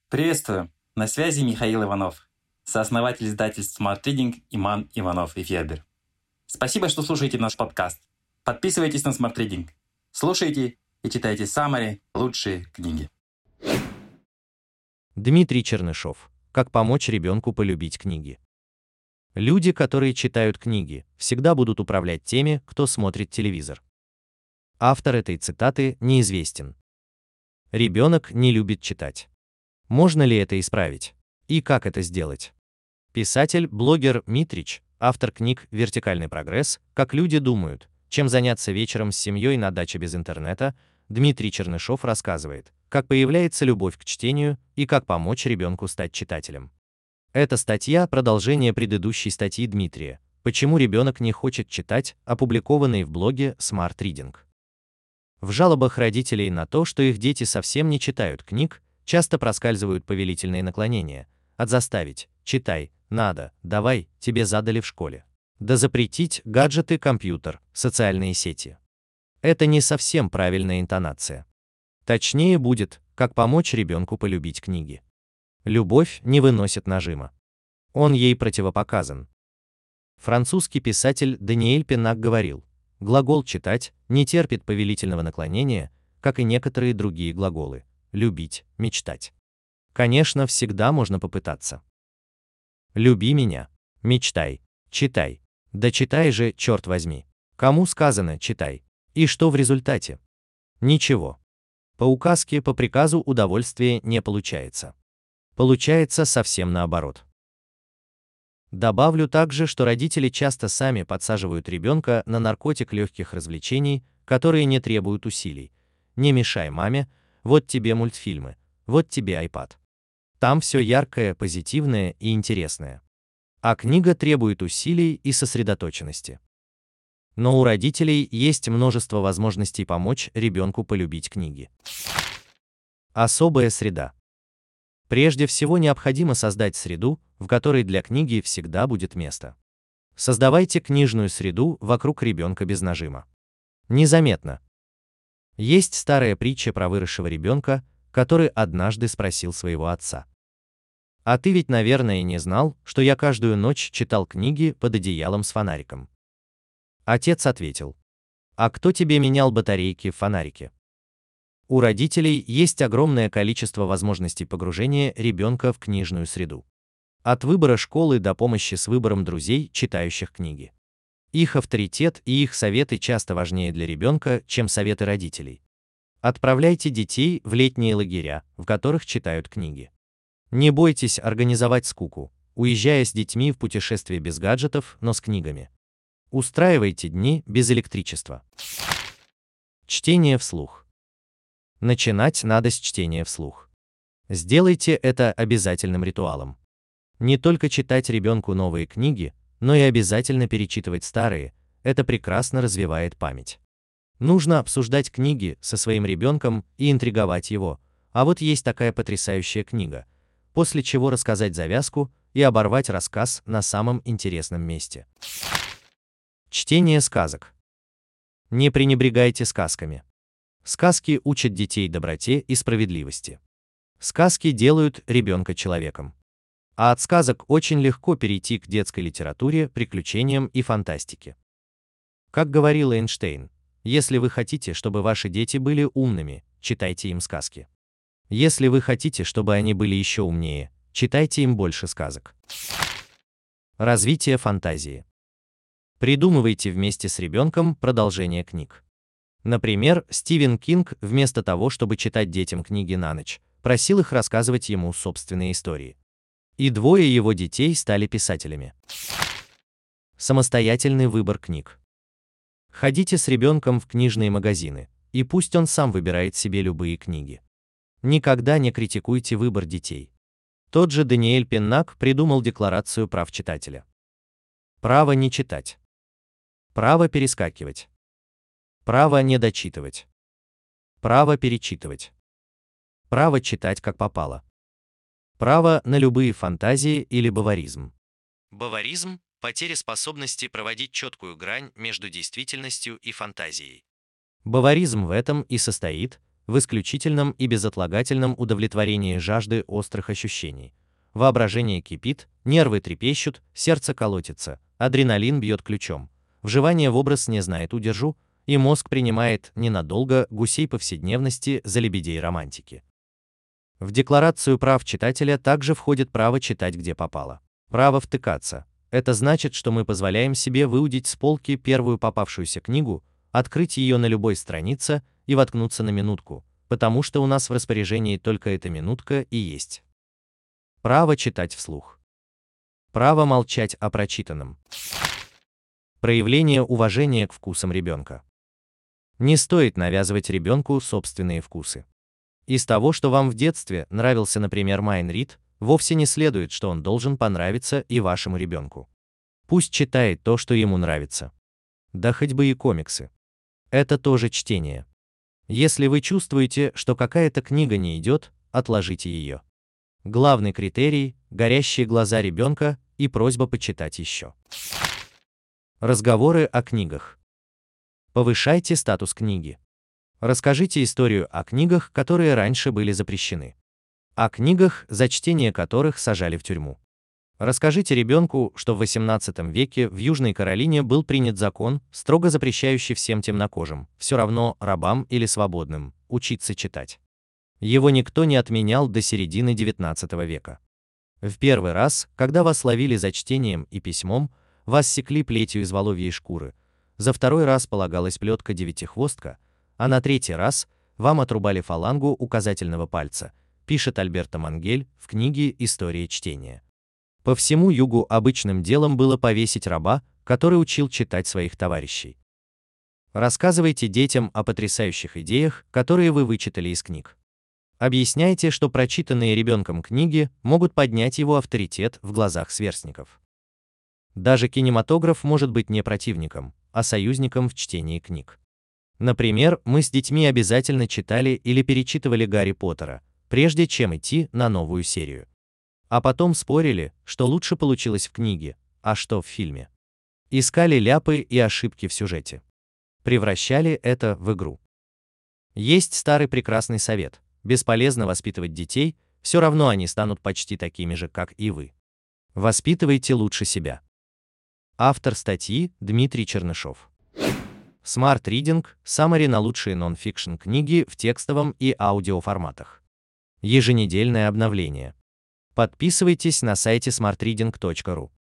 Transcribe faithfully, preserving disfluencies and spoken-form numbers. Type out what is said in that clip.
Приветствую! На связи Михаил Иванов, сооснователь издательств Smart Reading Иман Иванов и Федер. Спасибо, что слушаете наш подкаст. Подписывайтесь на Smart Reading. Слушайте и читайте самые лучшие книги. Дмитрий Чернышов. Как помочь ребенку полюбить книги. Люди, которые читают книги, всегда будут управлять теми, кто смотрит телевизор. Автор этой цитаты неизвестен. Ребенок не любит читать. Можно ли это исправить? И как это сделать? Писатель-блогер Митрич, автор книг «Вертикальный прогресс», «Как люди думают», «Чем заняться вечером с семьей на даче без интернета», Дмитрий Чернышов рассказывает, как появляется любовь к чтению и как помочь ребенку стать читателем. Эта статья – продолжение предыдущей статьи Дмитрия «Почему ребенок не хочет читать», опубликованной в блоге Smart Reading. В жалобах родителей на то, что их дети совсем не читают книг, часто проскальзывают повелительные наклонения от заставить, читай, надо, давай, тебе задали в школе, до запретить гаджеты, компьютер, социальные сети. Это не совсем правильная интонация. Точнее будет, как помочь ребенку полюбить книги. Любовь не выносит нажима. Он ей противопоказан. Французский писатель Даниэль Пенак говорил, глагол «читать» не терпит повелительного наклонения, как и некоторые другие глаголы. Любить, мечтать. Конечно, всегда можно попытаться. Люби меня, мечтай, читай. Да читай же, черт возьми. Кому сказано читай? И что в результате? Ничего. По указке, по приказу удовольствия не получается. Получается совсем наоборот. Добавлю также, что родители часто сами подсаживают ребенка на наркотик легких развлечений, которые не требуют усилий. Не мешай маме, вот тебе мультфильмы, вот тебе iPad. Там все яркое, позитивное и интересное. А книга требует усилий и сосредоточенности. Но у родителей есть множество возможностей помочь ребенку полюбить книги. Особая среда. Прежде всего необходимо создать среду, в которой для книги всегда будет место. Создавайте книжную среду вокруг ребенка без нажима. Незаметно. Есть старая притча про выросшего ребенка, который однажды спросил своего отца: «А ты ведь, наверное, не знал, что я каждую ночь читал книги под одеялом с фонариком?» Отец ответил: «А кто тебе менял батарейки в фонарике?» У родителей есть огромное количество возможностей погружения ребенка в книжную среду. От выбора школы до помощи с выбором друзей, читающих книги. Их авторитет и их советы часто важнее для ребенка, чем советы родителей. Отправляйте детей в летние лагеря, в которых читают книги. Не бойтесь организовать скуку, уезжая с детьми в путешествие без гаджетов, но с книгами. Устраивайте дни без электричества. Чтение вслух. Начинать надо с чтения вслух. Сделайте это обязательным ритуалом. Не только читать ребенку новые книги, но и обязательно перечитывать старые, это прекрасно развивает память. Нужно обсуждать книги со своим ребенком и интриговать его, а вот есть такая потрясающая книга, после чего рассказать завязку и оборвать рассказ на самом интересном месте. Чтение сказок. Не пренебрегайте сказками. Сказки учат детей доброте и справедливости. Сказки делают ребенка человеком. А от сказок очень легко перейти к детской литературе, приключениям и фантастике. Как говорил Эйнштейн, если вы хотите, чтобы ваши дети были умными, читайте им сказки. Если вы хотите, чтобы они были еще умнее, читайте им больше сказок. Развитие фантазии. Придумывайте вместе с ребенком продолжение книг. Например, Стивен Кинг, вместо того, чтобы читать детям книги на ночь, просил их рассказывать ему собственные истории. И двое его детей стали писателями. Самостоятельный выбор книг. Ходите с ребенком в книжные магазины, и пусть он сам выбирает себе любые книги. Никогда не критикуйте выбор детей. Тот же Даниэль Пенак придумал Декларацию прав читателя. Право не читать. Право перескакивать. Право не дочитывать. Право перечитывать. Право читать как попало. Право на любые фантазии или баваризм. Баваризм – потеря способности проводить четкую грань между действительностью и фантазией. Баваризм в этом и состоит, в исключительном и безотлагательном удовлетворении жажды острых ощущений. Воображение кипит, нервы трепещут, сердце колотится, адреналин бьет ключом, вживание в образ не знает удержу, и мозг принимает ненадолго гусей повседневности за лебедей романтики. В декларацию прав читателя также входит право читать где попало. Право втыкаться. Это значит, что мы позволяем себе выудить с полки первую попавшуюся книгу, открыть ее на любой странице и воткнуться на минутку, потому что у нас в распоряжении только эта минутка и есть. Право читать вслух. Право молчать о прочитанном. Проявление уважения к вкусам ребенка. Не стоит навязывать ребенку собственные вкусы. Из того, что вам в детстве нравился, например, Майн Рид, вовсе не следует, что он должен понравиться и вашему ребенку. Пусть читает то, что ему нравится. Да хоть бы и комиксы. Это тоже чтение. Если вы чувствуете, что какая-то книга не идет, отложите ее. Главный критерий – горящие глаза ребенка и просьба почитать еще. Разговоры о книгах. Повышайте статус книги. Расскажите историю о книгах, которые раньше были запрещены. О книгах, за чтение которых сажали в тюрьму. Расскажите ребенку, что в восемнадцатом веке в Южной Каролине был принят закон, строго запрещающий всем темнокожим, все равно рабам или свободным, учиться читать. Его никто не отменял до середины девятнадцатого века. В первый раз, когда вас ловили за чтением и письмом, вас секли плетью из воловьей шкуры, за второй раз полагалась плетка-девятихвостка, а на третий раз вам отрубали фалангу указательного пальца, пишет Альберто Мангель в книге «История чтения». По всему югу обычным делом было повесить раба, который учил читать своих товарищей. Рассказывайте детям о потрясающих идеях, которые вы вычитали из книг. Объясняйте, что прочитанные ребенком книги могут поднять его авторитет в глазах сверстников. Даже кинематограф может быть не противником, а союзником в чтении книг. Например, мы с детьми обязательно читали или перечитывали Гарри Поттера, прежде чем идти на новую серию. А потом спорили, что лучше получилось в книге, а что в фильме. Искали ляпы и ошибки в сюжете. Превращали это в игру. Есть старый прекрасный совет: бесполезно воспитывать детей, все равно они станут почти такими же, как и вы. Воспитывайте лучше себя. Автор статьи Дмитрий Чернышов. Smart Reading – Summary на лучшие нон-фикшн книги в текстовом и аудиоформатах. Еженедельное обновление. Подписывайтесь на сайте смарт ридинг точка ру.